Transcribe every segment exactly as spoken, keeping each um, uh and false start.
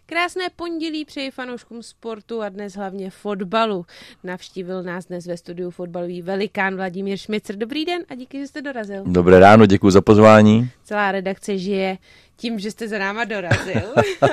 Krásné pondělí přeji fanouškům sportu a dnes hlavně fotbalu. Navštívil nás dnes ve studiu fotbalový velikán Vladimír Šmicr. Dobrý den a díky, že jste dorazil. Dobré ráno, děkuji za pozvání. Celá redakce žije tím, že jste za náma dorazil.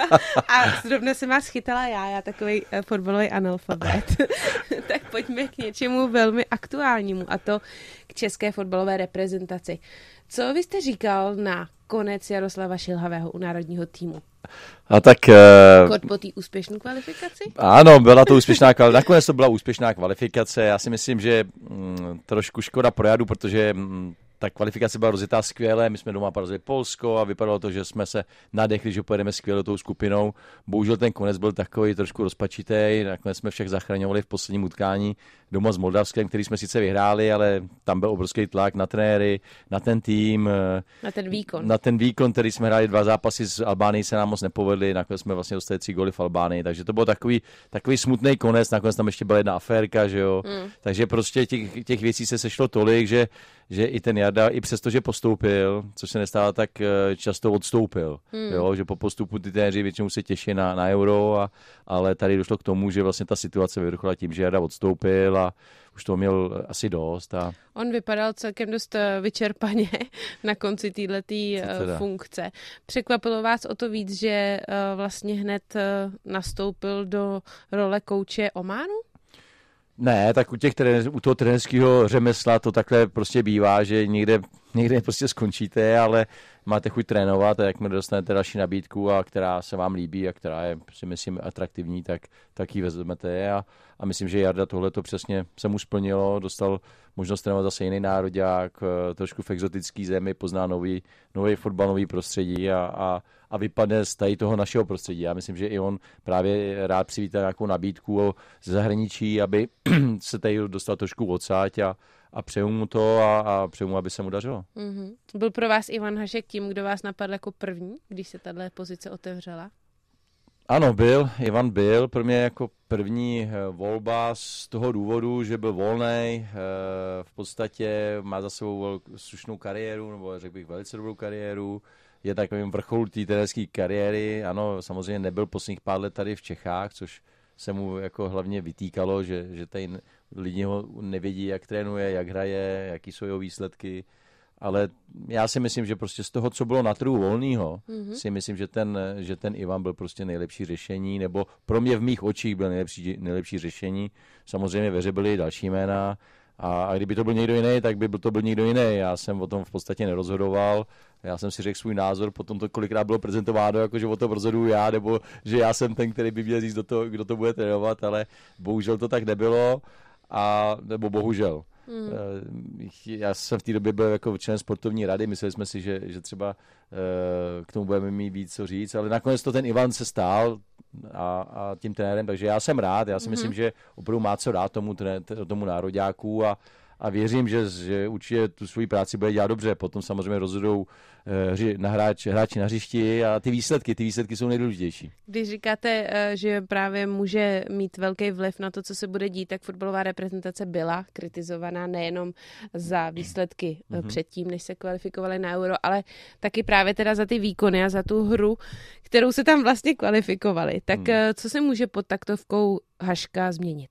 A zrovna jsem vás chytala já, já takový fotbalový analfabet. Tak pojďme k něčemu velmi aktuálnímu, a to k české fotbalové reprezentaci. Co vy jste říkal na konec Jaroslava Šilhavého u národního týmu? A tak... Kod po té úspěšné kvalifikaci? Ano, byla to úspěšná kvalifikace. Nakonec to byla úspěšná kvalifikace. Já si myslím, že mm, trošku škoda projadu, protože mm, ta kvalifikace byla rozjetá skvěle. My jsme doma porazili Polsko a vypadalo to, že jsme se nadechli, že pojedeme skvěle tou skupinou. Bohužel ten konec byl takový trošku rozpačitý. Nakonec jsme však zachraňovali v posledním utkání doma s Moldavskem, který jsme sice vyhráli, ale tam byl obrovský tlak na trenéry, na ten tým. Na ten výkon. Na ten výkon, který jsme hráli dva zápasy s Albánií, se nám moc nepovedly. Nakonec jsme vlastně dostali tři góly v Albánii, takže to byl takový, takový smutný konec. Nakonec tam ještě byla jedna aférka, že jo. Mm. Takže prostě těch, těch věcí se sešlo tolik, že, že i ten Jarda, i přesto, že postoupil, což se nestává, tak často odstoupil. Mm. Jo, že po postupu ty trenéři většinou se těší na, na Euro, a, ale tady došlo k tomu, že vlastně ta situace vyvrcholila tím, že Jarda odstoupil a už toho měl asi dost. A... On vypadal celkem dost vyčerpaně na konci této funkce. Překvapilo vás o to víc, že vlastně hned nastoupil do role kouče Ománu? Ne, tak u, těch trenéř, u toho trenérského řemesla to takhle prostě bývá, že někde, někde prostě skončíte, ale máte chuť trénovat, a jakmile dostanete další nabídku, a která se vám líbí a která je, si myslím, atraktivní, tak, tak ji vezmete. A, a myslím, že Jarda tohle to přesně se mu splnilo, dostal možnost trénovat zase jiný nároďák, trošku v exotický zemi, pozná nový, nový fotbalový prostředí a, a, a vypadne z tady toho našeho prostředí. Já myslím, že i on právě rád přivítá nějakou nabídku ze zahraničí, aby se tady dostal trošku odsáď a, a přeju mu to a, a přeju mu, aby se mu dařilo. Mm-hmm. Byl pro vás Ivan Hašek tím, kdo vás napadl jako první, když se tato pozice otevřela? Ano, byl. Ivan byl pro mě jako první volba z toho důvodu, že byl volnej, v podstatě má za sebou slušnou kariéru, nebo řekl bych velice dobrou kariéru, je takovým vrcholu té trenérské kariéry. Ano, samozřejmě nebyl posledních pár let tady v Čechách, což se mu jako hlavně vytýkalo, že, že tady lidi ho nevědí, jak trénuje, jak hraje, jaký jsou jeho výsledky. Ale já si myslím, že prostě z toho, co bylo na trhu volného, mm-hmm. si myslím, že ten, že ten Ivan byl prostě nejlepší řešení, nebo pro mě v mých očích byl nejlepší, nejlepší řešení. Samozřejmě ve hře byly další jména, a, a kdyby to byl někdo jiný, tak by to byl někdo jiný. Já jsem o tom v podstatě nerozhodoval. Já jsem si řekl svůj názor, potom to kolikrát bylo prezentováno, jako že o tom rozhoduju já, nebo že já jsem ten, který by měl říct, kdo to, kdo to bude trénovat, ale bohužel to tak nebylo, a, nebo bohužel. Hmm. Já jsem v té době byl jako člen sportovní rady, mysleli jsme si, že, že třeba k tomu budeme mít víc co říct, ale nakonec to ten Ivan se stál a, a tím trenérem, takže já jsem rád, já si hmm. myslím, že opravdu má co dát tomu, tomu nároďáku, a A věřím, že, že určitě tu svoji práci bude dělat dobře. Potom samozřejmě rozhodou hři, na hráč, hráči na hřišti a ty výsledky, ty výsledky jsou nejdůležitější. Když říkáte, že právě může mít velký vliv na to, co se bude dít, tak fotbalová reprezentace byla kritizovaná nejenom za výsledky mm-hmm. předtím, než se kvalifikovali na Euro, ale taky právě teda za ty výkony a za tu hru, kterou se tam vlastně kvalifikovali. Tak mm. co se může pod taktovkou Haška změnit?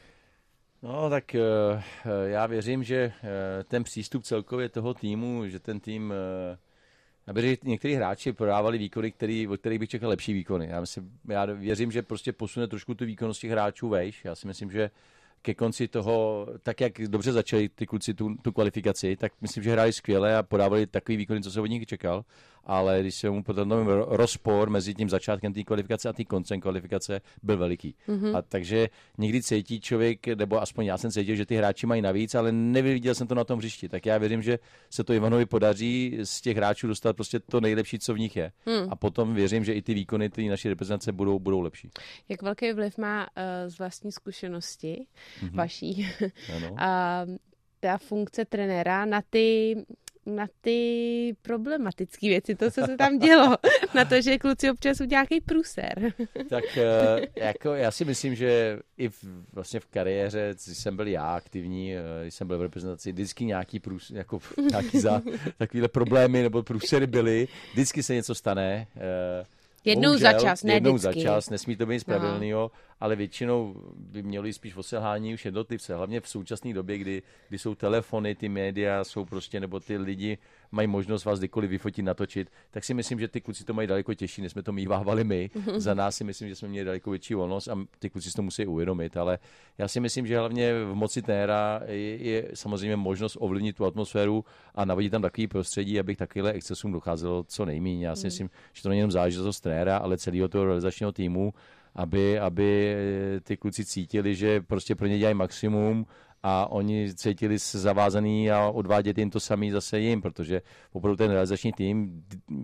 No tak já věřím, že ten přístup celkově toho týmu, že ten tým, aby někteří hráči prodávali výkony, který, od kterých bych čekal lepší výkony. Já, myslím, já věřím, že prostě posune trošku tu výkonnost těch hráčů vejš. Já si myslím, že ke konci toho, tak jak dobře začali ty kluci tu, tu kvalifikaci, tak myslím, že hráli skvěle a podávali takový výkony, co se od nich čekal, ale když se mu potom rozpor mezi tím začátkem té kvalifikace a tím koncem kvalifikace byl veliký. Mm-hmm. A takže někdy cítí člověk, nebo aspoň já jsem cítil, že ty hráči mají navíc, ale neviděl jsem to na tom hřišti. Tak já věřím, že se to Ivanovi podaří z těch hráčů dostat prostě to nejlepší, co v nich je. Mm. A potom věřím, že i ty výkony ty naší reprezentace budou, budou lepší. Jak velký vliv má uh, z vlastní zkušenosti mm-hmm. vaší a ta funkce trenéra na ty na ty problematické věci, to, co se tam dělo, na to, že kluci občas udělá nějaký průser. Tak jako já si myslím, že i v, vlastně v kariéře, když jsem byl já aktivní, když jsem byl v reprezentaci, vždycky nějaký průs, jako nějaký za takovýhle problémy nebo průsery byly, vždycky se něco stane. Jednou bohužel, za čas, ne jednou vždycky. za čas, nesmí to být spravedlného, ale většinou by měli spíš o selhání už jednotlivce, hlavně v současné době, kdy, kdy jsou telefony, ty média jsou prostě, nebo ty lidi mají možnost vás kdykoliv vyfotit, natočit, tak si myslím, že ty kluci to mají daleko těžší, než jsme to mívávali my. Za nás si myslím, že jsme měli daleko větší volnost a ty kluci si to musí uvědomit, ale já si myslím, že hlavně v moci trenéra je, je samozřejmě možnost ovlivnit tu atmosféru a navodit tam takový prostředí, abych takovýhle excesům docházelo co nejméně. Já si myslím, že to není jenom záležitost trenéra, ale celého toho realizačního týmu, aby, aby ty kluci cítili, že prostě pro ně dělají maximum a oni cítili se zavázaný a odvádět jim to samý zase jim, protože opravdu ten realizační tým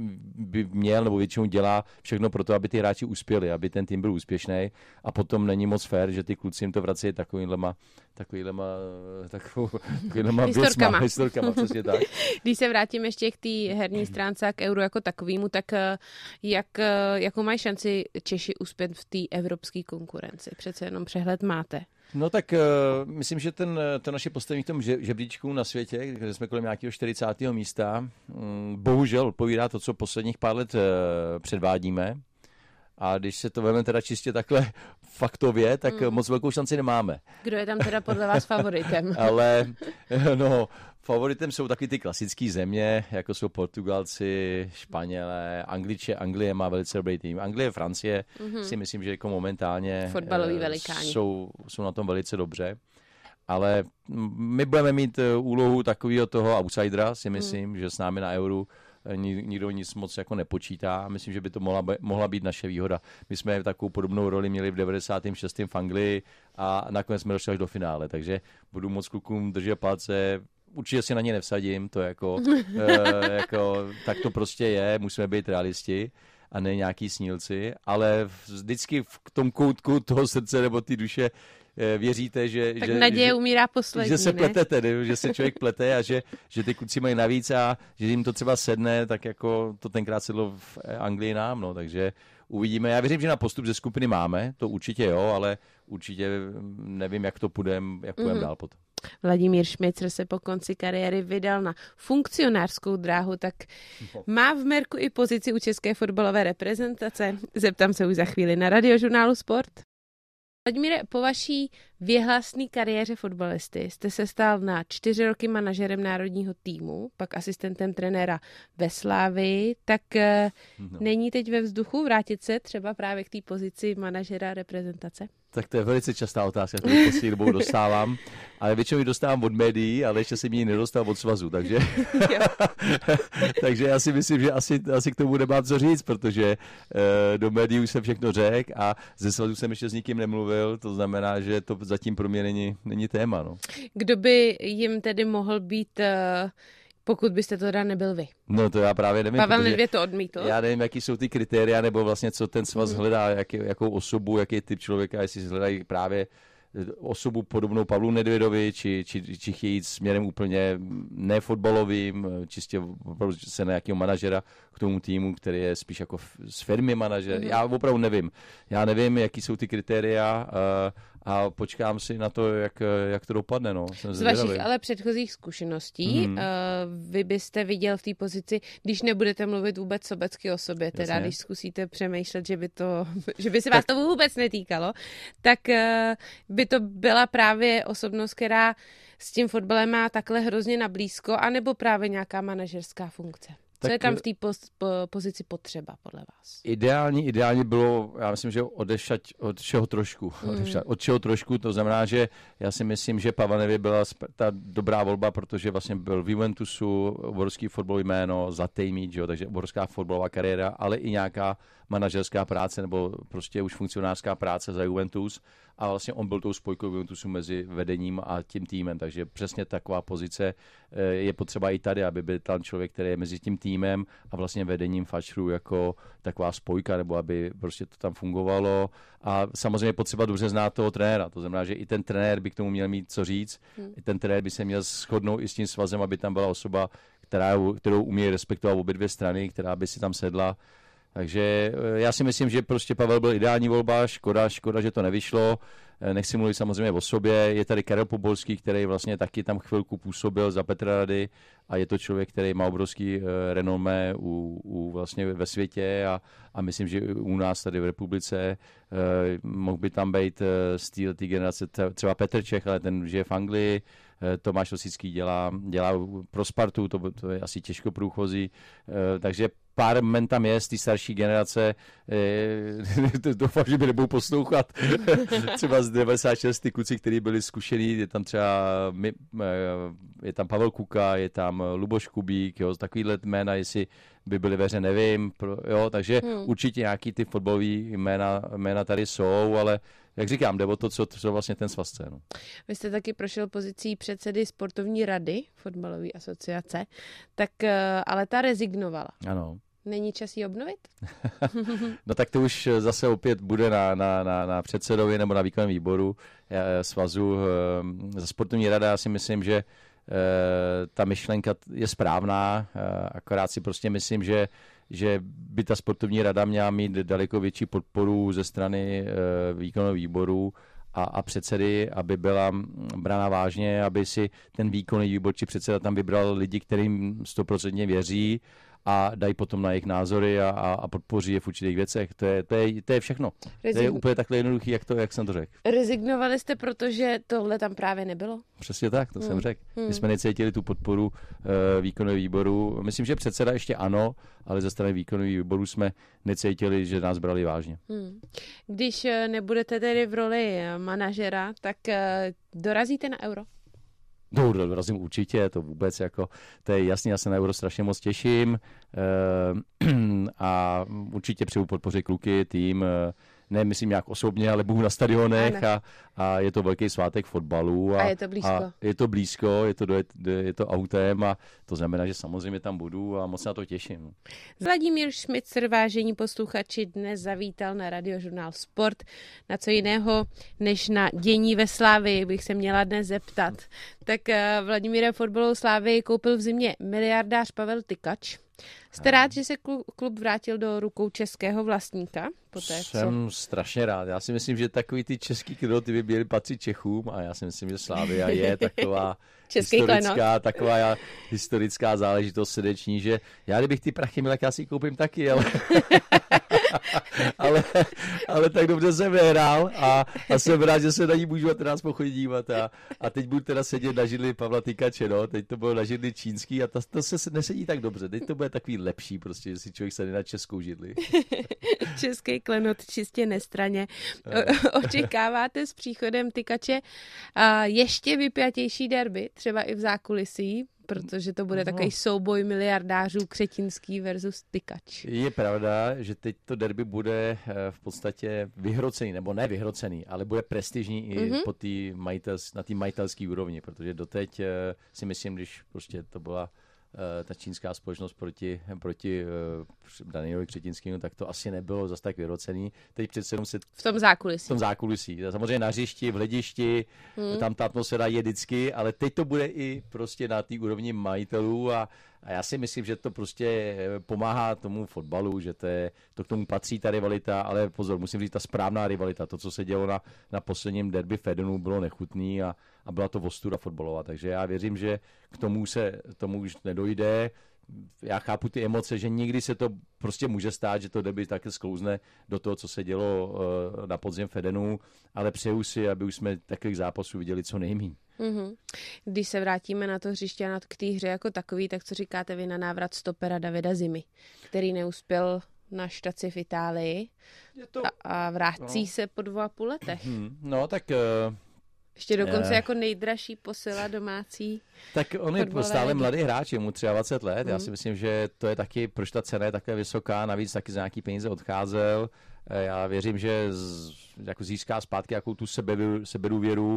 by měl nebo většinou dělá všechno pro to, aby ty hráči uspěli, aby ten tým byl úspěšný a potom není moc fér, že ty kluci jim to vrací takovýhlema takovýhlema takovou, takovýhlema historkama. Věcma, historkama, přesně tak. Když se vrátím ještě k té herní stránce a k euru jako takovému, tak jak, jakou mají šanci Češi uspět v té evropské konkurenci? Přece jenom přehled máte. No tak uh, myslím, že ten, to naše postavení v tom žebříčku na světě, kde jsme kolem nějakého čtyřicátého místa, um, bohužel odpovídá to, co posledních pár let uh, předvádíme. A když se to vezmeme teda čistě takhle faktově, tak mm. moc velkou šanci nemáme. Kdo je tam teda podle vás favoritem? Ale no, favoritem jsou taky ty klasické země, jako jsou Portugalci, Španělé, Angliče. Anglie má velice dobrý tým. Anglie, Francie mm-hmm. si myslím, že jako momentálně fotbaloví velikáni. Jsou, jsou na tom velice dobře. Ale my budeme mít úlohu takového toho outsidera, si myslím, mm. že s námi na euru nikdo nic moc jako nepočítá. Myslím, že by to mohla, mohla být naše výhoda. My jsme takovou podobnou roli měli v devadesátém šestém v Anglii a nakonec jsme došli až do finále, takže budu moc klukům držet palce. Určitě si na ně nevsadím, to jako, e, jako tak to prostě je, musíme být realisti a ne nějaký snílci, ale vždycky v tom koutku toho srdce nebo ty duše věříte, že, tak že, naděje že, umírá poslední, že se ne? pletete, ne? Že se člověk plete a že, že ty kluci mají navíc a že jim to třeba sedne, tak jako to tenkrát sedlo v Anglii nám, no, takže uvidíme. Já věřím, že na postup ze skupiny máme, to určitě jo, ale určitě nevím, jak to půjdeme, jak půjdeme mm-hmm. dál potom. Vladimír Šmejcer se po konci kariéry vydal na funkcionářskou dráhu, tak no. má v merku i pozici u české fotbalové reprezentace? Zeptám se už za chvíli na Radiožurnálu Sport. Vladimíre, po vaší věhlasné kariéře fotbalisty jste se stal na čtyři roky manažerem národního týmu, pak asistentem trenéra ve Slávii, tak no. není teď ve vzduchu vrátit se třeba právě k té pozici manažera reprezentace? Tak to je velice častá otázka, kterou poslední dobou dostávám, ale většinou ji dostávám od médií, ale ještě jsem ji nedostal od svazu, takže takže já si myslím, že asi, asi k tomu nemám co říct, protože uh, do médií už jsem všechno řekl a ze svazu jsem ještě s nikým nemluvil, to znamená, že to zatím pro mě není, není téma. No. Kdo by jim tedy mohl být... Uh... Pokud byste to teda nebyl vy. No to já právě nevím. Pavel Nedvěd to odmítl. Já nevím, jaký jsou ty kritéria, nebo vlastně co ten svaz mm. hledá, jaký, jakou osobu, jaký typ člověka, jestli hledají právě osobu podobnou Pavlu Nedvědovi, či, či, či chtějí jít směrem úplně nefotbalovým, čistě opravdu se na nějakého manažera k tomu týmu, který je spíš jako z firmy manažer. Mm. Já opravdu nevím. Já nevím, jaký jsou ty kritéria uh, a počkám si na to, jak, jak to dopadne. No. Z vašich ale předchozích zkušeností mm. uh, vy byste viděl v té pozici, když nebudete mluvit vůbec sobecky o sobě, teda Jasně. když zkusíte přemýšlet, že by, to, že by se vás tak... to vůbec netýkalo, tak uh, by to byla právě osobnost, která s tím fotbalem má takhle hrozně nablízko, anebo právě nějaká manažerská funkce? Co tak je tam v té poz, po, pozici potřeba, podle vás? Ideální, ideální bylo, já myslím, že odešať od čeho trošku. Mm. Odešať, od čeho trošku, to znamená, že já si myslím, že Pavel Nedvěd byla ta dobrá volba, protože vlastně byl v Juventusu, obrovský fotbalový jméno, zlatý míč, jo, takže obrovská fotbalová kariéra, ale i nějaká manažerská práce nebo prostě už funkcionářská práce za Juventus a vlastně on byl tou spojkou Juventusu mezi vedením a tím týmem, takže přesně taková pozice je potřeba i tady, aby byl tam člověk, který je mezi tím týmem a vlastně vedením Fačru jako taková spojka, nebo aby prostě to tam fungovalo a samozřejmě potřeba dobře znát toho trenéra, to znamená, že i ten trenér by k tomu měl mít co říct, hmm. i ten trenér by se měl shodnout i s tím svazem, aby tam byla osoba, která, kterou umí respektovat obě dvě strany, která by si tam sedla. Takže já si myslím, že prostě Pavel byl ideální volba, škoda, škoda, že to nevyšlo. nechci mluvit samozřejmě o sobě, je tady Karel Pobolský, který vlastně taky tam chvilku působil za Petra Rady a je to člověk, který má obrovský renomé u, u vlastně ve světě a, a myslím, že u nás tady v republice mohl by tam být z té generace třeba Petr Čech, ale ten žije v Anglii, Tomáš Osický dělá, dělá pro Spartu, to, to je asi těžko průchozí, takže pár men tam je z té starší generace, doufám, že by nebudou poslouchat, třeba z devadesát šest ty kluci, kteří byli zkušení, je tam třeba, je tam Pavel Kuka, je tam Luboš Kubík, jo, takovýhle jména, jestli by byli ve hře, nevím, jo, takže hmm. určitě nějaký ty fotbalový jména, jména tady jsou, ale jak říkám, jde o to, co, co vlastně ten svaz chce. No. Vy jste taky prošel pozicí předsedy sportovní rady fotbalové asociace, tak ale ta rezignovala. Ano. Není čas ji obnovit? No tak to už zase opět bude na, na, na, na předsedovi nebo na výkonném výboru svazu. Za sportovní rada já si myslím, že ta myšlenka je správná, akorát si prostě myslím, že že by ta sportovní rada měla mít daleko větší podporu ze strany výkonného výboru a, a předsedy, aby byla brána vážně, aby si ten výkonný výbor či předseda tam vybral lidi, kterým stoprocentně věří a dají potom na jejich názory a, a podpoří je v určitých věcech. To je, to je, to je všechno. Rezign... To je úplně takhle jednoduchý, jak, to, jak jsem to řekl. Rezignovali jste, protože tohle tam právě nebylo? Přesně tak, to hmm. jsem řekl. Hmm. My jsme necítili tu podporu uh, výkonného výboru. Myslím, že předseda ještě ano, ale ze strany výkonného výboru jsme necítili, že nás brali vážně. Hmm. Když nebudete tedy v roli manažera, tak uh, dorazíte na Euro? No, dorazím určitě, to vůbec jako, to je jasný, já se na Euro strašně moc těším uh, a určitě přeju podpořit kluky, tým, uh, ne myslím nějak osobně, ale budu na stadionech a, a je to velký svátek fotbalu. A, a je to blízko. A je to blízko, je to, do, je to autem a to znamená, že samozřejmě tam budu a moc se na to těším. Vladimír Šmicr, vážení posluchači, dnes zavítal na Radiožurnál Sport. Na co jiného, než na dění ve Slávii bych se měla dnes zeptat. Tak Vladimíre, fotbalovou Slávii koupil v zimě miliardář Pavel Tykač. Jste rád, že se klub vrátil do rukou českého vlastníka? Poté, Jsem co... strašně rád. Já si myslím, že takový ty český kdoty by měly patřit Čechům a já si myslím, že Slavia je taková historická, taková historická záležitost srdeční, že já kdybych ty prachy měl, tak já si ji koupím taky, ale... ale, ale tak dobře jsem nehrál a, a jsem rád, že se na ní můžu a nás pochodit dívat a, a teď budu teda sedět na židli Pavla Tykače, no, teď to bylo na židli čínský a to, to se nesedí tak dobře, teď to bude takový lepší prostě, že si člověk sedí na českou židli. Český klenot čistě nestraně. O, očekáváte s příchodem Tykače a ještě vypjatější derby, třeba i v zákulisí? Protože to bude no. takový souboj miliardářů Křetínský versus Tykač. Je pravda, že teď to derby bude v podstatě vyhrocený, nebo ne vyhrocený, ale bude prestižní mm-hmm. i po tý majitels, na té majitelské úrovni, protože doteď si myslím, když prostě to byla ta čínská společnost proti, proti uh, Danielovi Křetinskému, tak to asi nebylo zas tak vyrocený. Teď přece jenom se... V tom zákulisí. V tom zákulisí. Samozřejmě na hřišti, v hledišti, hmm. tam ta atmosféra je vždycky, ale teď to bude i prostě na té úrovni majitelů a, a já si myslím, že to prostě pomáhá tomu fotbalu, že to, je, to k tomu patří ta rivalita, ale pozor, musím říct, ta správná rivalita, to, co se dělo na, na posledním derby Fedenu, bylo nechutný a, a byla to ostuda fotbalová, takže já věřím, že k tomu se tomu už nedojde. Já chápu ty emoce, že někdy se to prostě může stát, že to derby taky sklouzne do toho, co se dělo uh, na podzim Fedenu, ale přeju si, aby už jsme takových zápasů viděli co nejméně. Mm-hmm. Když se vrátíme na to hřiště a k té hře jako takový, tak co říkáte vy na návrat stopera Davida Zimy, který neuspěl na štaci v Itálii to... a, a vrátí no. se po dvou a půl letech. Mm-hmm. No tak... Uh... Ještě dokonce je. jako nejdražší posila domácí. Tak on je stále mladý hráč, je mu dvacet tři let. Mm. Já si myslím, že to je taky, proč ta cena je takhle vysoká, navíc taky za nějaký peníze odcházel. Já věřím, že z, jako získá zpátky jakou tu sebedůvěru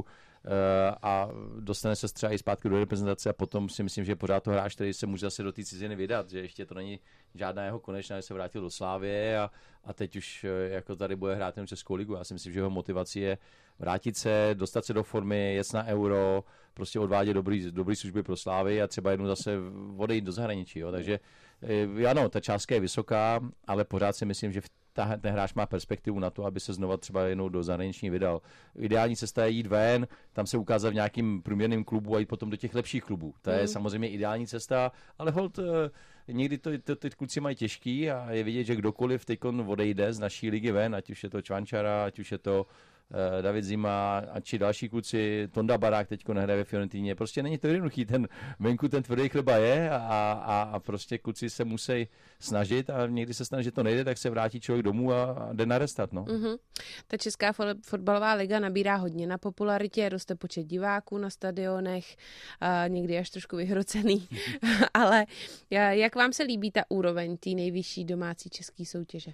a dostane se třeba i zpátky do reprezentace a potom si myslím, že je pořád to hráč, který se může zase do té ciziny vydat, že ještě to není žádná jeho konečná, že se vrátil do Slávie a, a teď už jako tady bude hrát jen Českou ligu. Já si myslím, že jeho motivací je vrátit se, dostat se do formy, jet na Euro, prostě odvádět dobrý, dobrý služby pro Slávy a třeba jednou zase odejít do zahraničí. Jo. Takže ano, ta částka je vysoká, ale pořád si myslím, že v ta, ten hráč má perspektivu na to, aby se znova třeba jednou do zahraničí vydal. Ideální cesta je jít ven, tam se ukázat v nějakým průměrným klubu a jít potom do těch lepších klubů. To je mm. samozřejmě ideální cesta, ale holt někdy to, to, ty kluci mají těžký a je vidět, že kdokoliv teďkon odejde z naší ligy ven, ať už je to Čvančara, ať už je to uh, David Zima, ať či další kluci, Tonda Barák teďko nehraje ve Fiorentíně. Prostě není to jednoduchý, ten venku ten tvrdý chleba je a, a, a prostě kluci se musí snažit a někdy se snaží, že to nejde, tak se vrátí člověk domů a, a jde na restart. No. Mm-hmm. Ta Česká fotbalová liga nabírá hodně na popularitě, roste počet diváků na stadionech, a někdy až trošku vyhrocený, ale jak vám se líbí ta úroveň té nejvyšší domácí české soutěže?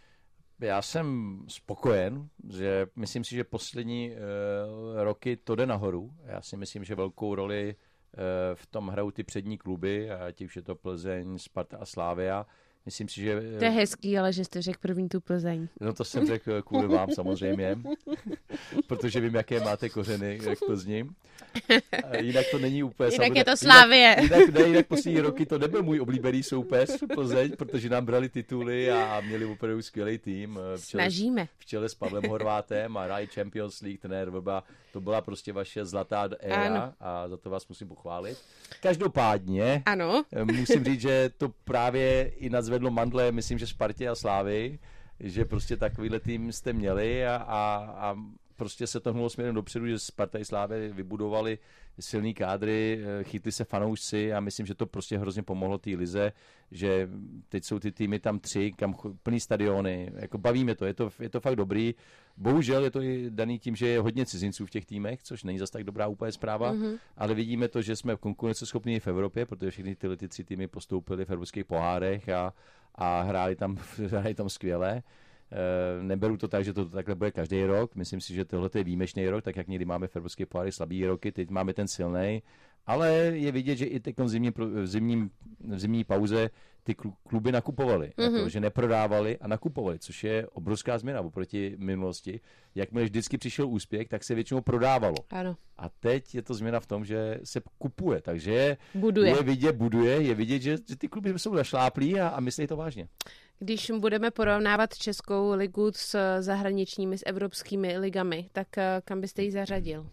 Já jsem spokojen, že myslím si, že poslední uh, roky to jde nahoru. Já si myslím, že velkou roli uh, v tom hrajou ty přední kluby, ať už je to Plzeň, Sparta a Slávia. Myslím si, že... To je hezký, ale že jste řekl první tu Plzeň. No to jsem řekl kvůli vám samozřejmě, protože vím, jaké máte kořeny k Plzni. Jinak to není úplně... Jinak samozřejmě, je to Slávie. Jinak, jinak, ne, jinak poslední roky to nebyl můj oblíbený soupeř Plzeň, protože nám brali tituly a měli opravdu skvělý tým. V čele, Snažíme. V čele s Pavlem Horvátem a hráli Champions League, trenér Vrba. To byla prostě vaše zlatá éra ano. A za to vás musím pochválit. Každopádně ano. musím říct, že to právě i nadzvedlo mandle, myslím, že Spartě a Slávy, že prostě takovýhle tým jste měli a, a, a prostě se to hnulo směrem dopředu, že Sparta i Slávy vybudovali silný kádry, chytli se fanoušci a myslím, že to prostě hrozně pomohlo té lize, že teď jsou ty týmy tam tři, kam plný stadiony, jako bavíme to, je to, je to fakt dobrý. Bohužel je to i daný tím, že je hodně cizinců v těch týmech, což není zas tak dobrá úplně zpráva, mm-hmm. ale vidíme to, že jsme konkurenceschopní v Evropě, protože všechny tyhle ty tři týmy postoupily v evropských pohárech a, a hráli tam, hráli tam skvěle. Neberu to tak, že to takhle bude každý rok. Myslím si, že tohle je výjimečný rok, tak jak někdy máme v evropské poháry slabý roky, teď máme ten silný. Ale je vidět, že i teď v zimní, v zimní, v zimní pauze ty kluby nakupovali, mm-hmm. jako, že neprodávali a nakupovali, což je obrovská změna oproti minulosti. Jakmile vždycky přišel úspěch, tak se většinou prodávalo. Ano. A teď je to změna v tom, že se kupuje, takže buduje. je vidět, buduje, je vidět, že, že ty kluby jsou našláplí a, a myslí to vážně. Když budeme porovnávat Českou ligu s zahraničními, s evropskými ligami, tak kam byste ji zařadil?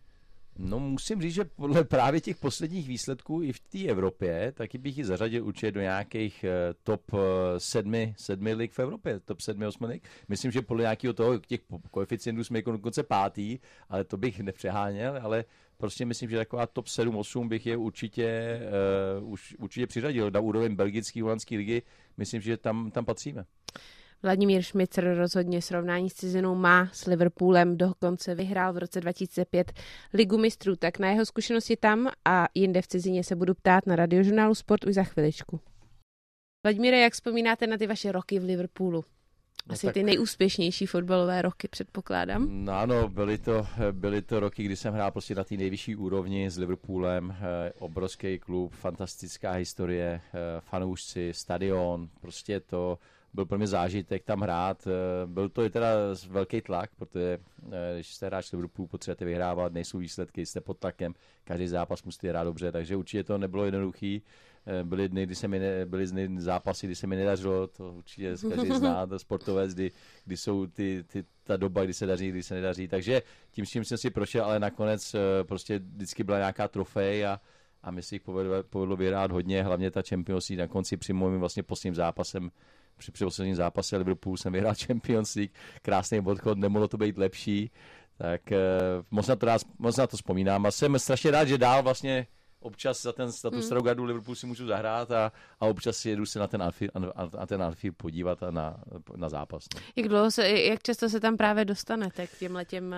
No musím říct, že podle právě těch posledních výsledků i v té Evropě, taky bych ji zařadil určitě do nějakých top sedmi, sedmi lig v Evropě, top sedmi, osmi lig. Myslím, že podle nějakého toho, těch koeficientů jsme jako dokonce pátý, ale to bych nepřeháněl, ale prostě myslím, že taková top sedm, osm bych je určitě, uh, už, určitě přiřadil na úroveň belgické, holandské ligy. Myslím, že tam, tam patříme. Vladimír Šmicer rozhodně srovnání s cizinou má s Liverpoolem, dokonce vyhrál v roce dva tisíce pět Ligu mistrů, tak na jeho zkušenosti tam a jinde v cizině se budu ptát na Radiožurnálu Sport už za chviličku. Vladimíre, jak vzpomínáte na ty vaše roky v Liverpoolu? Asi no ty nejúspěšnější fotbalové roky, předpokládám. No ano, byly to, byly to roky, kdy jsem hrál prostě na té nejvyšší úrovni s Liverpoolem, eh, obrovský klub, fantastická historie, eh, fanoušci, stadion, prostě to byl pro mě zážitek tam hrát. Byl to i teda velký tlak, protože když jste hráč Liverpoolu, potřebujete vyhrávat, nejsou výsledky, jste pod tlakem, každý zápas musíte hrát dobře, takže určitě to nebylo jednoduchý. Byly dny, kdy se mi ne, byly dny, zápasy, kdy se mi nedařilo, to určitě každý zná, to sportovec, kdy, kdy jsou ty, ty, ta doba, kdy se daří, kdy se nedaří. Takže tím, s čím jsem si prošel, ale nakonec prostě vždycky byla nějaká trofej a a mi si jich povedlo, povedlo vyhrát hodně, hlavně ta Champions League na konci při mojím vlastně posledním zápasem, při posledním zápase Liverpoolu jsem vyhrál Champions League, krásný odchod, nemohlo to být lepší, tak eh, moc, na to rád, moc na to vzpomínám a jsem strašně rád, že dál vlastně občas za, ten, za tu hmm. starou gardu Liverpoolu si můžu zahrát a, a občas jedu se na ten Anfield, na ten Anfield podívat a na, na zápas. No. Jak dlouho se, jak často se tam právě dostanete k těmhle těm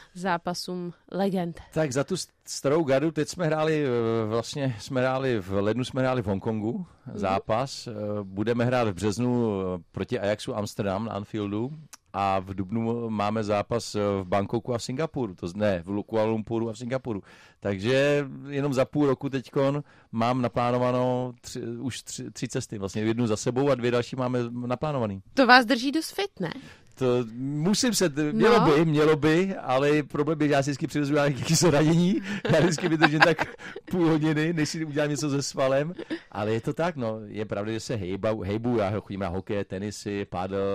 zápasům legend? Tak za tu starou gardu teď jsme hráli, vlastně jsme hráli v lednu jsme hráli v Hongkongu zápas, hmm. budeme hrát v březnu proti Ajaxu Amsterdam na Anfieldu. A v dubnu máme zápas v Bangkoku a v Singapuru, to ne, v Kuala Lumpuru a v Singapuru. Takže jenom za půl roku teďkon mám naplánovanou tři, už tři, tři cesty, vlastně jednu za sebou a dvě další máme naplánovaný. To vás drží dost fit, ne? To musím se, mělo no. by, mělo by, ale problém je, že já si vždycky přivezu nějaké zranění, já vždycky vydržím tak půl hodiny, než si udělám něco se svalem, ale je to tak, no, je pravda, že se hejbu, hejbu já chodím na hokej, tenisy, paddle,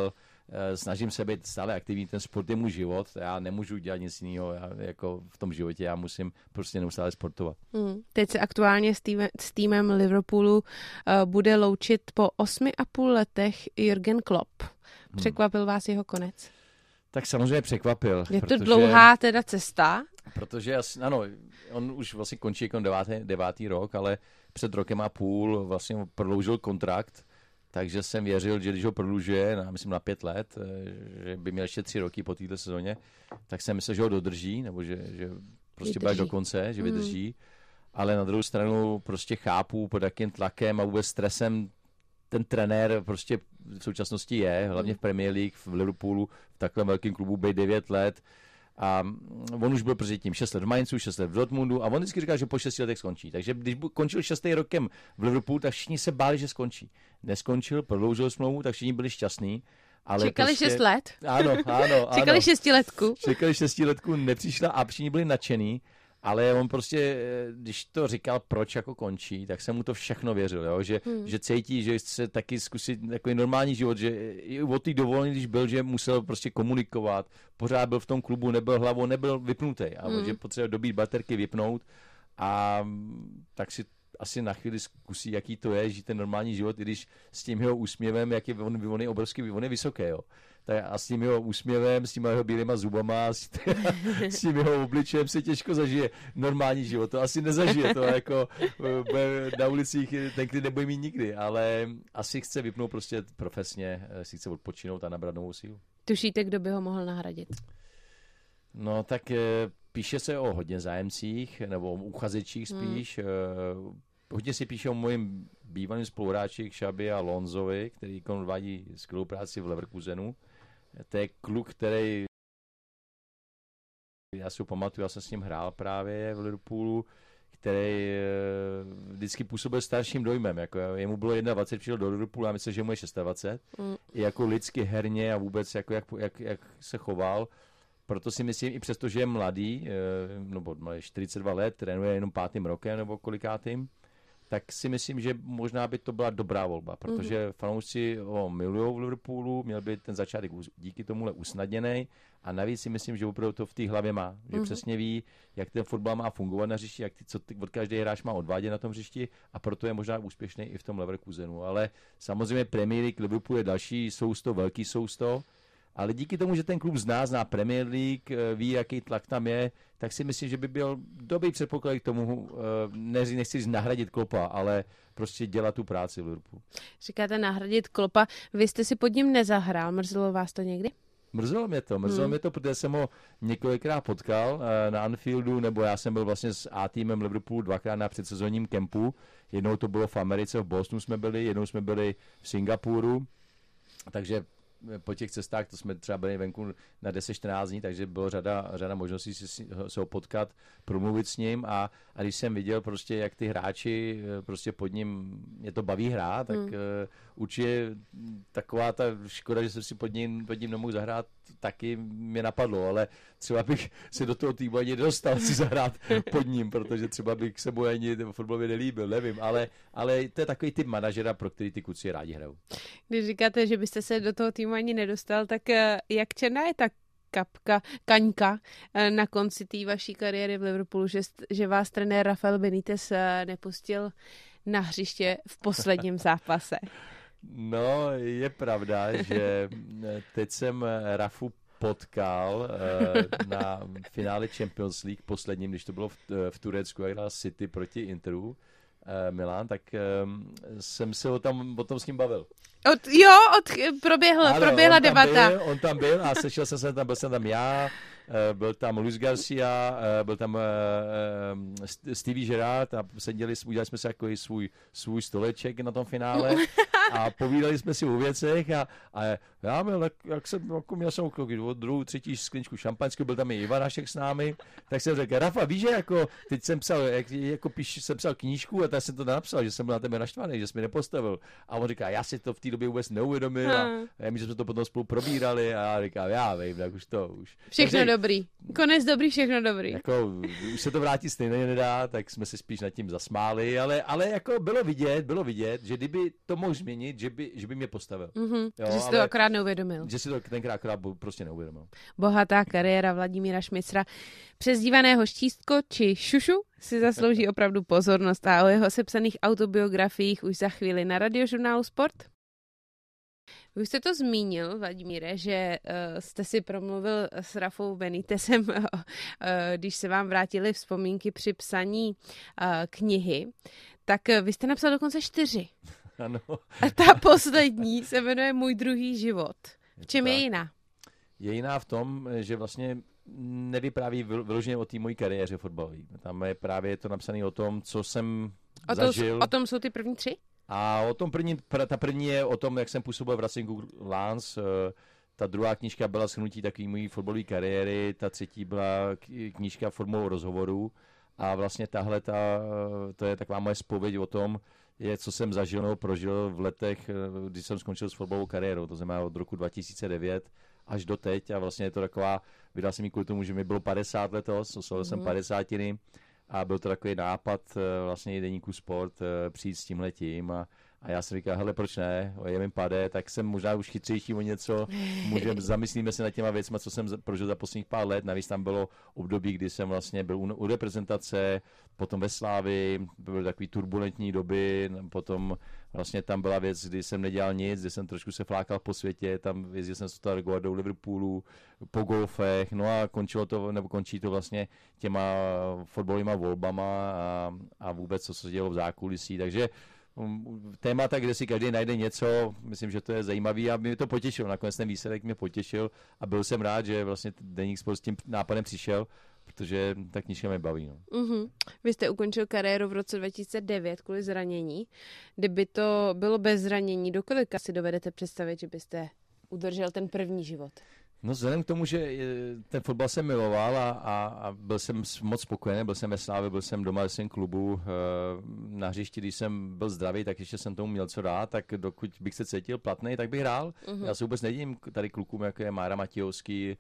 snažím se být stále aktivní, ten sport je můj život, já nemůžu dělat nic jiného, já, jako v tom životě já musím prostě neustále sportovat. Hmm. Teď se aktuálně s, týmem, s týmem Liverpoolu uh, bude loučit po osmi a půl letech Jürgen Klopp. Překvapil hmm. vás jeho konec? Tak samozřejmě překvapil. Je protože, to dlouhá teda cesta? Protože, ano, on už vlastně končí jako devátý, devátý rok, ale před rokem a půl vlastně prodloužil kontrakt, takže jsem věřil, že když ho prodlužuje, na, myslím na pět let, že by měl ještě tři roky po této sezóně, tak jsem myslel, že ho dodrží, nebo že, že prostě bude do konce, že vydrží. Mm. Ale na druhou stranu prostě chápu, pod jakým tlakem a vůbec stresem ten trenér prostě v současnosti je, hlavně v Premier League, v Liverpoolu, v takovém velkém klubu, být devět let. A on už byl předtím šest let v Mainzu, šest let v Dortmundu a on vždycky říkal, že po šesti letech skončí. Takže když končil šestým rokem v Liverpoolu, tak všichni se báli, že skončí. Neskončil, prodloužil smlouvu, tak všichni byli šťastní. Ale čekali prostě... šest let? Ano, ano. Čekali ano. šestiletku? Čekali šestiletku, nepřišla a všichni byli nadšený. Ale on prostě, když to říkal, proč jako končí, tak jsem mu to všechno věřil, jo? Že, hmm. že cítí, že chce taky zkusit takový normální život, že i od té dovolené, když byl, že musel prostě komunikovat, pořád byl v tom klubu, nebyl hlavou, nebyl vypnutý, a hmm. že potřeboval dobít baterky, vypnout a tak si asi na chvíli zkusí, jaký to je, žít ten normální život, i když s tím jeho úsměvem, jak je on, on je obrovský, on je vysoký, jo. Tak a s tím jeho úsměvem, s těma jeho bílýma zubama, s tím jeho obličejem se těžko zažije normální život. To asi nezažije, to jako na ulicích ten klid nebude mít nikdy, ale asi chce vypnout prostě profesně, si chce odpočinout a nabrat novou sílu. Tušíte, kdo by ho mohl nahradit? No tak píše se o hodně zájemcích, nebo o uchazečích spíš. Hmm. Hodně si píše o mojím bývalým spoluhráči Xabi a Lonzovi, který odvádí skvělou práci v Leverkusenu. To je kluk, který, já si ho pamatuju, já jsem s ním hrál právě v Liverpoolu, který vždycky působil starším dojmem. Jako jemu bylo dvacet jedna, přišel do Liverpoolu a myslím, že mu je dvacet šest. Mm. I jako lidsky herně a vůbec jako jak, jak, jak se choval. Proto si myslím, i přesto, že je mladý, nebo má čtyřicet dva let, trénuje jenom pátým rokem nebo kolikátým, tak si myslím, že možná by to byla dobrá volba, protože mm-hmm. fanoušci ho milujou v Liverpoolu, měl by ten začátek díky tomuhle usnadněný a navíc si myslím, že opravdu to v té hlavě má, že mm-hmm. přesně ví, jak ten fotbal má fungovat na hřišti, jak ty, co ty, od každý hráč má odvádět na tom hřišti a proto je možná úspěšný i v tom Leverkusenu. Ale samozřejmě Premier League, Liverpool je další sousto, velký sousto, ale díky tomu, že ten klub zná, zná Premier League, ví, jaký tlak tam je, tak si myslím, že by byl dobrý předpoklad k tomu, nechci, nechci říct nahradit Kloppa, ale prostě dělat tu práci v Liverpoolu. Říkáte nahradit Kloppa, vy jste si pod ním nezahrál, mrzelo vás to někdy? Mrzelo mě to, mrzelo hmm. mě to, protože jsem ho několikrát potkal na Anfieldu, nebo já jsem byl vlastně s A-týmem Liverpoolu dvakrát na předsezonním kempu, jednou to bylo v Americe, v Bostonu jsme byli, jednou jsme byli v Singapuru, takže po těch cestách, to jsme třeba byli venku na deset čtrnáct dní, takže bylo řada, řada možností si, se ho potkat, promluvit s ním a, a když jsem viděl prostě, jak ty hráči prostě pod ním, mě to baví hrát, tak hmm. uh, určitě taková ta škoda, že jsem si pod ním, pod ním nemohl zahrát, taky mě napadlo, ale třeba bych se do toho týmu ani dostal si zahrát pod ním, protože třeba bych se mu ani fotbalově nelíbil, nevím, ale, ale to je takový typ manažera, pro který ty kluci rádi hrajou. Když říkáte, že byste se do toho týmu ani nedostal, tak jak černá je ta kapka, kaňka na konci té vaší kariéry v Liverpoolu, že, že vás trenér Rafael Benitez nepustil na hřiště v posledním zápase? No, je pravda, že teď jsem Rafu potkal na finále Champions League posledním, když to bylo v, v Turecku, jak hrál City proti Interu Milan, tak jsem se o, tam, o tom s ním bavil. Od, jo, od, proběhl, ano, proběhla on debata. Byl, on tam byl a sešel jsem se tam, byl jsem tam já, byl tam Luis Garcia, byl tam Stevie Gerrard a seděli, udělali jsme si jako svůj, svůj stoleček na tom finále a povídali jsme si o věcech a, a já měl, jak, jak jsem, jako měl jsem od druhou, třetí skleničku šampaňského, byl tam i Ivanašek s námi, tak jsem řekl, Rafa, víš, že jako, teď jsem psal, jak, jako píš, jsem psal knížku a tak jsem to napsal, že jsem byl na tebe naštvaný, že jsi mi nepostavil. A on říká, já si to v té době vůbec neuvědomil a, a my jsme to potom spolu probírali a já říkám, já vím, tak už to už. Všechno Takže, dobrý. Konec dobrý, všechno dobrý. Jako, už se to vrátí stejně nedá, tak jsme se spíš nad tím zasmáli, ale, ale jako bylo vidět, bylo vidět, že kdyby to mohl změnit, změnit, že by, že by mě postavil. Mm-hmm, jo, že si to akorát neuvědomil. Že si to tenkrát akorát prostě neuvědomil. Bohatá kariéra Vladimíra Šmicra, přezdívaného Štístko či Šušu, si zaslouží opravdu pozornost a o jeho sepsaných autobiografiích už za chvíli na Radiožurnálu Sport. Vy jste to zmínil, Vladimíre, že uh, jste si promluvil s Rafou Benitezem, uh, když se vám vrátily vzpomínky při psaní uh, knihy, tak uh, vy jste napsal dokonce čtyři. Ano. A ta poslední se jmenuje Můj druhý život. V čem je, je jiná? Je jiná v tom, že vlastně nevypráví vyloženě o té mojí kariéře fotbalové. Tam je právě to napsané o tom, co jsem o to, zažil. O tom jsou ty první tři? A o tom první, ta první je o tom, jak jsem působil v Racingu Lens. Ta druhá knížka byla shrnutí takové mojí fotbalové kariéry, ta třetí byla knížka formou rozhovorů. A vlastně tahle, ta, to je taková moje zpověď o tom, je, co jsem zažil nebo prožil v letech, když jsem skončil s fotbalovou kariérou. To znamená od roku dva tisíce devět až do teď. A vlastně je to taková, vydal jsem ji kvůli tomu, že mi bylo padesát letos, oslavil mm. jsem padesátiny. A byl to takový nápad vlastně deníku Sport přijít s tímhletím a, a já jsem říkal, hele, proč ne, je mi pade, tak jsem možná už chytřejší o něco, můžeme, zamyslíme se nad těma věcma, co jsem prožil za posledních pár let, navíc tam bylo období, kdy jsem vlastně byl u, u reprezentace, potom ve Slávii, byly takový turbulentní doby, potom vlastně tam byla věc, kdy jsem nedělal nic, kdy jsem trošku se flákal po světě, tam jezdil jsem z toho do Liverpoolu, po golfech, no a končilo to, nebo končí to vlastně těma fotbalovýma volbama a, a vůbec, co se dělo v zákulisí, takže témata, kde si každý najde něco, myslím, že to je zajímavý a mě to potěšilo, nakonec ten výsledek mě potěšil a byl jsem rád, že vlastně deník Sport s tím nápadem přišel, protože ta knížka mě baví. No. Mm-hmm. Vy jste ukončil kariéru v roce dva tisíce devět kvůli zranění. Kdyby to bylo bez zranění, do kolika si dovedete představit, že byste udržel ten první život? No vzhledem k tomu, že ten fotbal jsem miloval a, a, a byl jsem moc spokojený, byl jsem ve Slávě, byl jsem doma ve svém klubu na hřišti, když jsem byl zdravý, tak ještě jsem tomu měl co dát, tak dokud bych se cítil platný, tak bych hrál. Uh-huh. Já se vůbec nedivím tady klukům, jako je Mára Matějovský,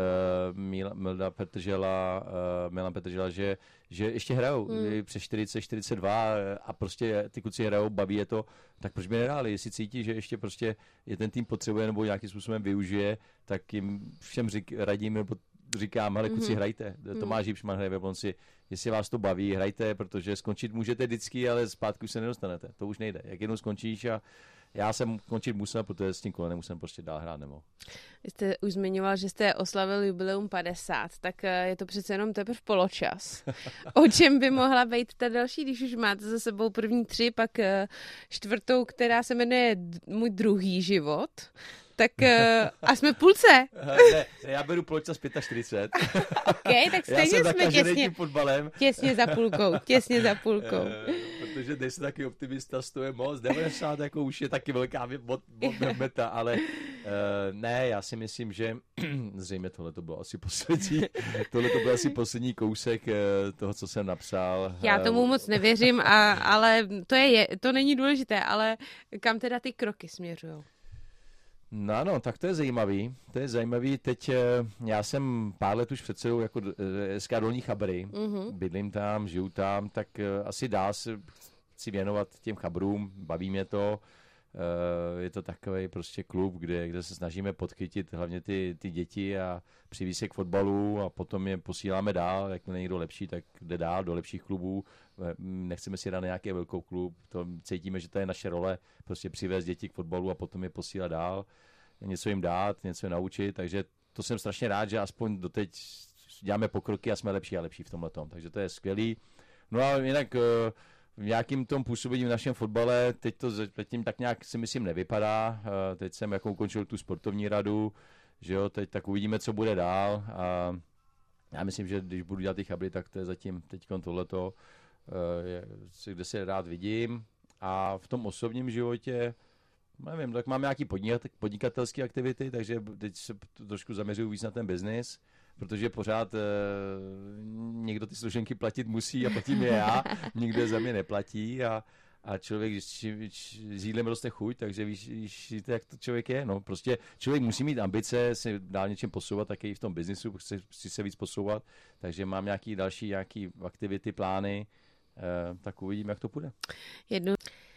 uh, Milda Petržela, uh, Milan Petržela, že, že ještě hrajou uh-huh. přes čtyřicet, čtyřicet dva a prostě ty kluci hrajou, baví je to, tak proč by nehráli? Jestli cítí, že ještě prostě je ten tým potřebuje nebo nějakým způsobem využije, tak jim všem řík, radím nebo říkám, hele kluci, mm-hmm. hrajte. Tomáš Hipšman hraje ve Blonci, jestli vás to baví, hrajte, protože skončit můžete vždycky, ale zpátky už se nedostanete. To už nejde. Jak jednou skončíš a já jsem končit musel, protože s tím kolenem musím prostě dál hrát nemohl. Vy jste už zmiňoval, že jste oslavil jubileum padesát, tak je to přece jenom teprve poločas. O čem by mohla být ta další, když už máte za sebou první tři, pak čtvrtou, která se jmenuje Můj druhý život, tak uh, a jsme v půlce. Ne, já beru poločas čtyřicet pět. OK, tak stejně jsme těsně, těsně za půlkou, těsně za půlkou. Protože dnes taky optimista, to je moc, devadesát jako už je taky velká meta, ale uh, ne, já si myslím, že zřejmě tohle to bylo asi poslední, tohle to byl asi poslední kousek uh, toho, co jsem napsal. Já tomu moc nevěřím, a, ale to, je, to není důležité, ale kam teda ty kroky směřujou? No ano, tak to je zajímavý, to je zajímavý, teď já jsem pár let už předsedou jako S K Dolní Chabry, mm-hmm. bydlím tam, žiju tam, tak asi dál se chci věnovat těm chabrům, baví mě to, je to takový prostě klub, kde, kde se snažíme podchytit hlavně ty, ty děti a přivízt se k fotbalu a potom je posíláme dál, jak je někdo lepší, tak jde dál do lepších klubů, nechceme si dát nějaký velkou klub, to cítíme, že to je naše role, prostě přivést děti k fotbalu a potom je posílat dál, něco jim dát, něco je naučit, takže to jsem strašně rád, že aspoň doteď děláme pokroky a jsme lepší a lepší v tomhletom, takže to je skvělý. No a jinak v nějakým tom působení v našem fotbale, teď to zatím tak nějak si myslím nevypadá, teď jsem jako ukončil tu sportovní radu, že jo, teď tak uvidíme, co bude dál a já myslím, že když budu dělat ty chabry, tak to je zatím teď tohleto, kde se rád vidím a v tom osobním životě, nevím, tak mám nějaký podnikatelské aktivity, takže teď se trošku zaměřuju víc na ten biznis, protože pořád e, někdo ty složenky platit musí a platím je já, nikdo je za mě neplatí a, a člověk, když s jídlem roste chuť, takže víš, víš, jak to člověk je, no prostě člověk musí mít ambice se dál něčem posouvat, také i v tom biznisu, chci, chci se víc posouvat, takže mám nějaký další nějaký aktivity, plány, e, tak uvidím, jak to půjde. Jednu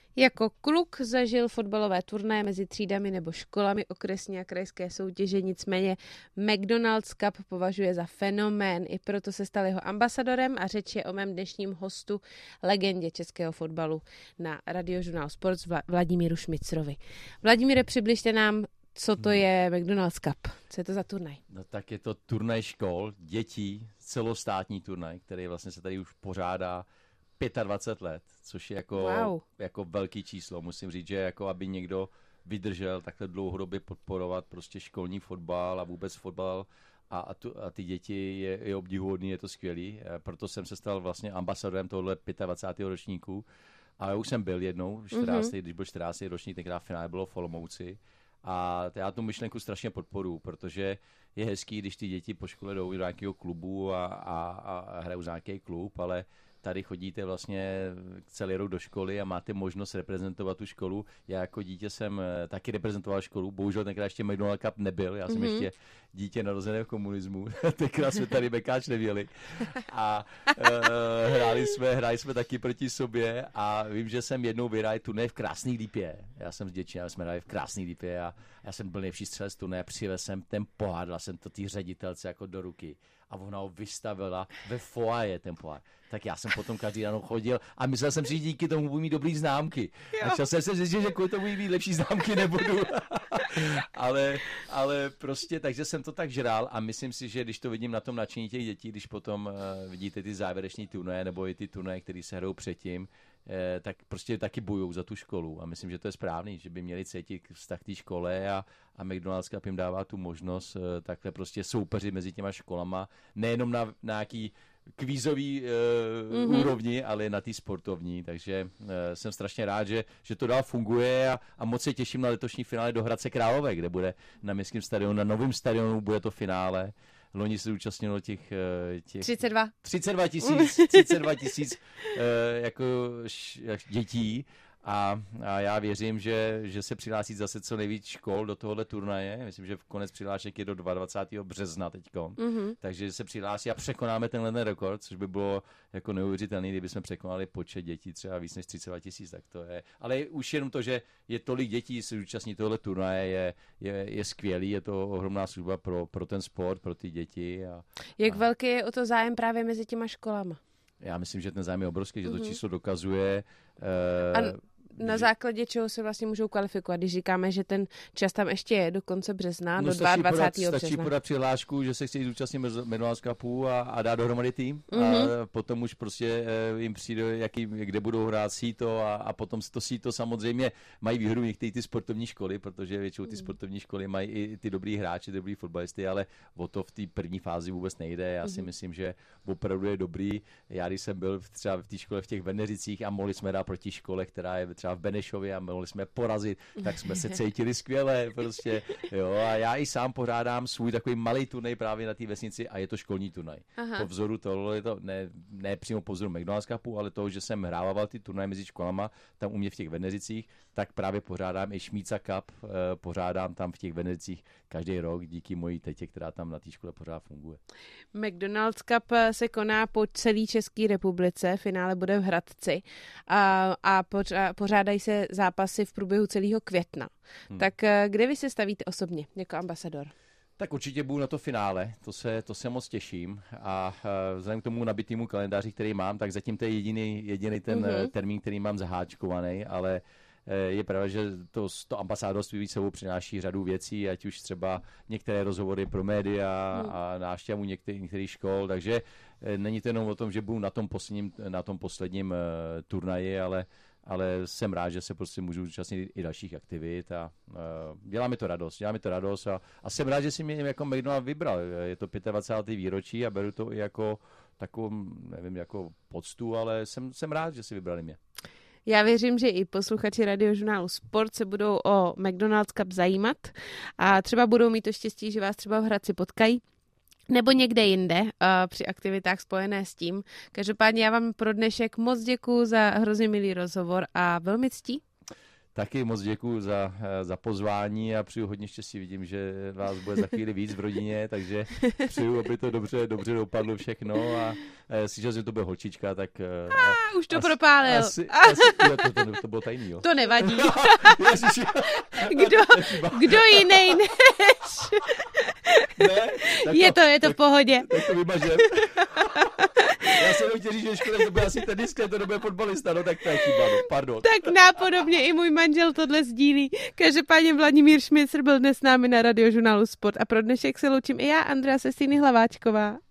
Jako kluk zažil fotbalové turnaje mezi třídami nebo školami okresní a krajské soutěže, nicméně McDonald's Cup považuje za fenomén, i proto se stal jeho ambasadorem a řeč je o mém dnešním hostu, legendě českého fotbalu na Radiožurnál Sports Vladimíru Šmicrovi. Vladimíre, přibližte nám, co to je McDonald's Cup, co je to za turnaj? No tak je to turnaj škol, dětí, celostátní turnaj, který vlastně se tady už pořádá dvacet pět let, což je jako, wow. jako velký číslo. Musím říct, že jako aby někdo vydržel takhle dlouhodobě podporovat prostě školní fotbal a vůbec fotbal a, a, tu, a ty děti je, je obdivuhodný, je to skvělý. Proto jsem se stal vlastně ambasadorem tohohle dvacátého pátého ročníku. A už jsem byl jednou, čtrnáctý Mm-hmm. když byl čtrnáctý ročník, tenkrát v finále bylo v Olomouci. A já tu myšlenku strašně podporuji, protože je hezký, když ty děti po škole jdou do nějakého klubu a, a, a hrajou za nějaký klub, ale tady chodíte vlastně celý rok do školy a máte možnost reprezentovat tu školu. Já jako dítě jsem taky reprezentoval školu, bohužel tenkrát ještě McDonald's Cup nebyl, já jsem mm-hmm. ještě dítě narozené v komunismu, tenkrát jsme tady bekáč nevěli a uh, hráli jsme, hráli jsme taky proti sobě a vím, že jsem jednou vyhrál turnaj v Krásný Lípě. Já jsem z Děčína, jsme hráli v Krásný Lípě a já jsem byl nejlepší střelec turnaje, přivez jsem ten pohár, dal jsem to té ředitelce jako do ruky a ona ho vystavila ve foaje ten pohár. Tak já jsem potom každý ráno chodil a myslel jsem si, že díky tomu budu mít dobrý známky. Jo. A časem jsem zjistil, že kvůli tomu mít lepší známky nebudu. ale, ale prostě, takže jsem to tak žral a myslím si, že když to vidím na tom nadšení těch dětí, když potom uh, vidíte ty závěreční turnaje nebo i ty turnaje, které se hrajou předtím, eh, tak prostě taky bojují za tu školu a myslím, že to je správný, že by měli cítit vztah té škole a, a McDonald's Cup jim dává tu možnost eh, takhle prostě soupeřit mezi těma školama, nejenom na, na nějaký kvízový uh, mm-hmm. úrovni, ale na té sportovní, takže uh, jsem strašně rád, že, že to dál funguje a, a moc se těším na letošní finále do Hradce Králové, kde bude na městském stadionu, na novém stadionu bude to finále. Loni se zúčastnilo těch, těch třicet dva třicet dva tisíc třicet dva tisíc uh, jako š, dětí. A, a já věřím, že, že se přihlásí zase co nejvíc škol do tohohle turnaje. Myslím, že v konec přihlášek je do dvacátého druhého března teďko. Mm-hmm. Takže se přihlásí a překonáme tenhle ten rekord, což by bylo jako neuvěřitelný, kdyby jsme překonali počet dětí třeba víc než třicet dva tisíc, tak to je. Ale už jenom to, že je tolik dětí se účastní tohohle turnaje, je, je, je skvělý, je to ohromná služba pro, pro ten sport, pro ty děti. A, Jak a... velký je o to zájem právě mezi těma školama? Já myslím, že ten zájem je obrovský, že to mm-hmm. číslo dokazuje. Uh... A... Na základě čeho se vlastně můžou kvalifikovat, když říkáme, že ten čas tam ještě je do konce března, no, do dvacátého druhého března. Stačí podat přihlášku, že se chtějí zúčastnit McDonald's Cupu a, a dát dohromady tým. Mm-hmm. A potom už prostě e, jim přijde, jaký, kde budou hrát síto a, a potom to síto samozřejmě mají výhru některé ty sportovní školy, protože většinou ty sportovní školy mají i ty dobrý hráči, dobrý fotbalisty, ale o to v té první fázi vůbec nejde. Já si mm-hmm. myslím, že opravdu je dobrý. Já když jsem byl třeba v té škole v těch Veneřicích a mohli jsme dát proti škole, která je třeba v Benešově a mohli jsme porazit, tak jsme se cítili skvěle prostě, jo, a já i sám pořádám svůj takový malý turnaj právě na té vesnici a je to školní turnaj. Aha. Po vzoru toho, je to ne, ne přímo po vzoru McDonald's Cupu, ale toho, že jsem hrával ty turnaje mezi školama, tam u mě v těch Veneřicích, tak právě pořádám i Šmíca Cup, eh, pořádám tam v těch Veneřicích každý rok díky mojí tetě, která tam na té škole pořád funguje. McDonald's Cup se koná po celé České republice, finále bude v Hradci a, a pořádají se zápasy v průběhu celého května. Hmm. Tak kde vy se stavíte osobně jako ambasador? Tak určitě budu na to finále, to se, to se moc těším a uh, vzhledem k tomu nabitýmu kalendáři, který mám, tak zatím to je jediný, jediný ten mm-hmm. termín, který mám zaháčkovaný, ale uh, je pravda, že to, to ambasádorství víc sebou přináší řadu věcí, ať už třeba některé rozhovory pro média mm. a návštěvu některých, některých škol, takže uh, není to jenom o tom, že budu na tom posledním, na tom posledním uh, turnaji, ale ale jsem rád, že se prostě můžu zúčastnit i dalších aktivit a uh, dělá mi to radost, dělá mi to radost a, a jsem rád, že si mě jako McDonald vybral. Je to dvacátého pátého výročí a beru to i jako takovou, nevím, jako poctu, ale jsem, jsem rád, že si vybrali mě. Já věřím, že i posluchači Radiožurnálu Sport se budou o McDonald's Cup zajímat a třeba budou mít to štěstí, že vás třeba v Hradci potkají. Nebo někde jinde uh, při aktivitách spojené s tím. Každopádně já vám pro dnešek moc děkuju za hrozně milý rozhovor a velmi ctí. taky moc děkuju za, za pozvání a přeju hodně štěstí. Vidím, že vás bude za chvíli víc v rodině, takže přeju, aby to dobře, dobře dopadlo všechno a slyšel jsem, že to bude holčička, tak... A, už to asi, propálil. Asi, asi, jo, to, to, to bylo tajný, jo. To nevadí. kdo, kdo jiný než... Ne, je to, je to tak, v pohodě. Tak to vymažem. Já jsem chtěl říct, že škoda, to bude asi tenistka, to nebude fotbalista, no tak to je chyba, no, pardon. Tak nápodobně i můj manžel tohle sdílí. Každopádně Vladimír Šmicr byl dnes s námi na Radiožurnálu Sport a pro dnešek se loučím i já, Andrea Sestýny Hlaváčková.